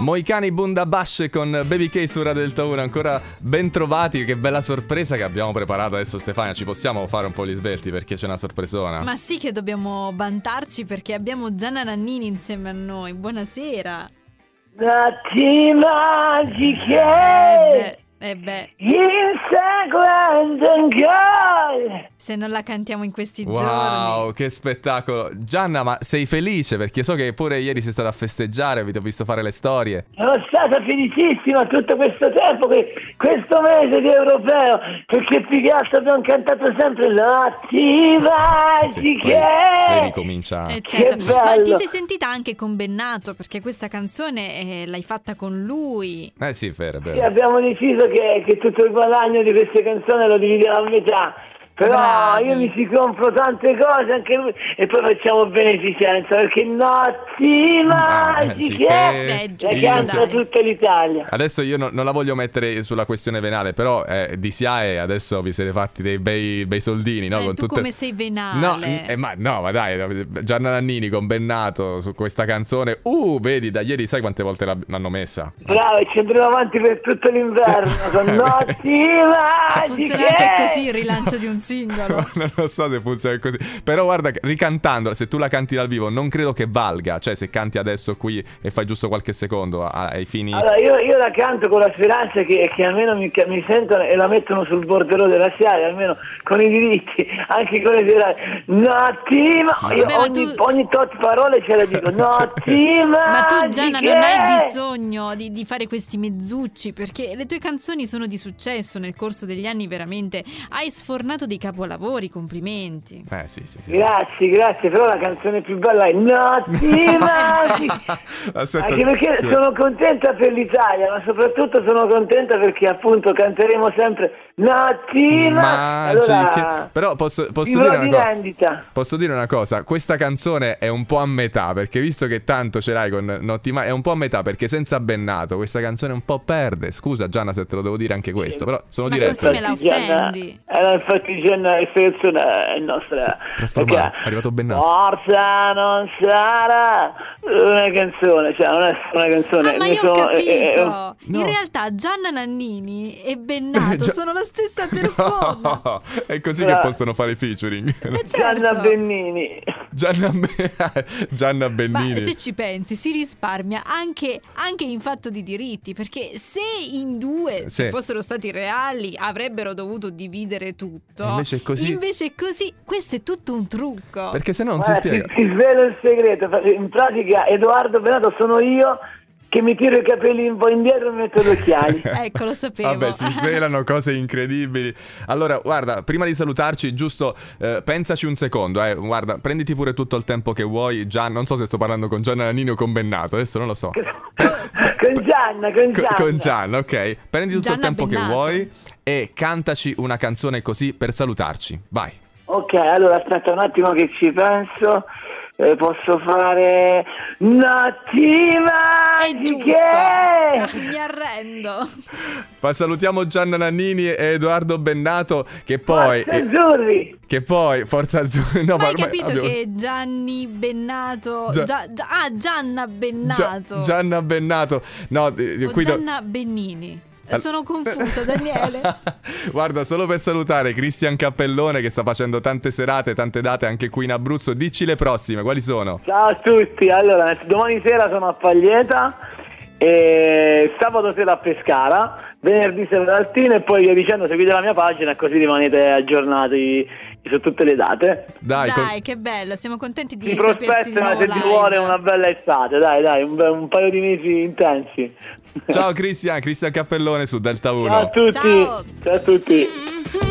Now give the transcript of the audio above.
Moicani Bundabash con Baby K su Radio Delta 1. Ancora ben trovati, che bella sorpresa che abbiamo preparato adesso, Stefania. Ci possiamo fare un po' gli svelti perché c'è una sorpresona? Ma sì che dobbiamo vantarci perché abbiamo Gianna Nannini insieme a noi. Buonasera. Notti magiche inseguendo un gol. Se non la cantiamo in questi Wow, giorni. che spettacolo. Gianna, ma sei felice? Perché so che pure ieri sei stata a festeggiare, vi ho visto fare le storie. Sono stata felicissima tutto questo tempo, questo mese di europeo, perché più che altro abbiamo cantato sempre Notti magiche. Poi ricomincia. Certo. Che bello. Ma ti sei sentita anche con Bennato? Perché questa canzone l'hai fatta con lui. Sì, vero, Sì, vero. abbiamo deciso che tutto il guadagno di queste canzoni lo dividiamo a metà. Però Bravi. io mi ci compro tante cose anche lui e poi facciamo beneficenza, perché Notti magiche Beh, la giusto, canta dai. tutta l'Italia. Adesso io non la voglio mettere sulla questione venale, però di SIAE adesso vi siete fatti dei bei soldini, no? Con Tu come sei venale. ma dai, Gianna Nannini con Bennato su questa canzone. Vedi, da ieri sai quante volte l'hanno messa? Bravo, e ci andremo avanti per tutto l'inverno con Notti magiche. Funziona anche così il rilancio di un singolo. Non lo so se funziona così. Però guarda, ricantandola, se tu la canti dal vivo, non credo che valga. Cioè, se canti adesso qui e fai giusto qualche secondo ai fini. Allora, io la canto con la speranza che almeno mi sentono e la mettono sul bordello della SIAE, almeno con i diritti, anche con le serate. Notti ogni tot parole ce la dico. Notti Ma tu, Gianna, non hai magiche. bisogno di fare questi mezzucci, perché le tue canzoni sono di successo nel corso degli anni, veramente. Hai sfornato dei capolavori, complimenti. Sì. Grazie, però la canzone più bella è Notti magiche. Aspetta, Anche perché sì. sono contenta per l'Italia, ma soprattutto sono contenta perché appunto canteremo sempre Notti Magiche. Allora, Però posso vivo dire la una cosa. vendita. Posso dire una cosa, questa canzone è un po' a metà, perché visto che tanto ce l'hai con Notti è un po' a metà, perché senza Bennato questa canzone un po' perde. Scusa Gianna se te lo devo dire anche questo, però sono Ma diretto. così me la offendi. Infatti Gianna, questa canzone è nostra. Trasformata, è arrivato Bennato. Forza non sarà una canzone, cioè non è una canzone. Ma io ho capito. No. In realtà Gianna Nannini e Bennato sono la stessa persona. No, è così che possono fare featuring. Certo. Gianna Bennini. Gianna Bennini. Ma se ci pensi si risparmia anche in fatto di diritti, perché se in due se fossero stati reali avrebbero dovuto dividere tutto. Invece è così. Questo è tutto un trucco. Perché se no non si spiega. Ti svelo il segreto. In pratica Edoardo Bennato sono io che mi tiro i capelli un po' indietro e mi metto gli occhiali. Ecco, lo sapevo. Vabbè, si svelano cose incredibili. Allora, guarda, prima di salutarci, giusto, pensaci un secondo, guarda, prenditi pure tutto il tempo che vuoi. Non so se sto parlando con Gianna Nannini o con Bennato, adesso non lo so. Con Gianna. Con Gianna, ok. Prendi tutto Gianna il tempo Bennato. che vuoi e cantaci una canzone così per salutarci. Vai. Ok, allora aspetta un attimo che ci penso. Posso fare Notti È magiche. giusto. Mi arrendo. Ma salutiamo Gianna Nannini e Edoardo Bennato che poi Forza Azzurri. Forza Azzurri. No, Ma hai capito che Gianni Bennato Gianna Bennato Gianna Bennato. No, o qui Gianna Bennini. Sono confusa, Daniele. Guarda, solo per salutare Cristian Cappellone che sta facendo tante serate, tante date anche qui in Abruzzo. Dici le prossime, quali sono? Ciao a tutti, allora domani sera sono a Paglieta e sabato sera a Pescara, venerdì sera ad Altina e poi via dicendo seguite la mia pagina così rimanete aggiornati su tutte le date. Dai, che bello, siamo contenti di Si saperti di prospettano nuovo se ti live. vuole una bella estate, dai, un paio di mesi intensi. Ciao Cristian Cappellone su Delta 1. Ciao a tutti. Ciao. Ciao a tutti.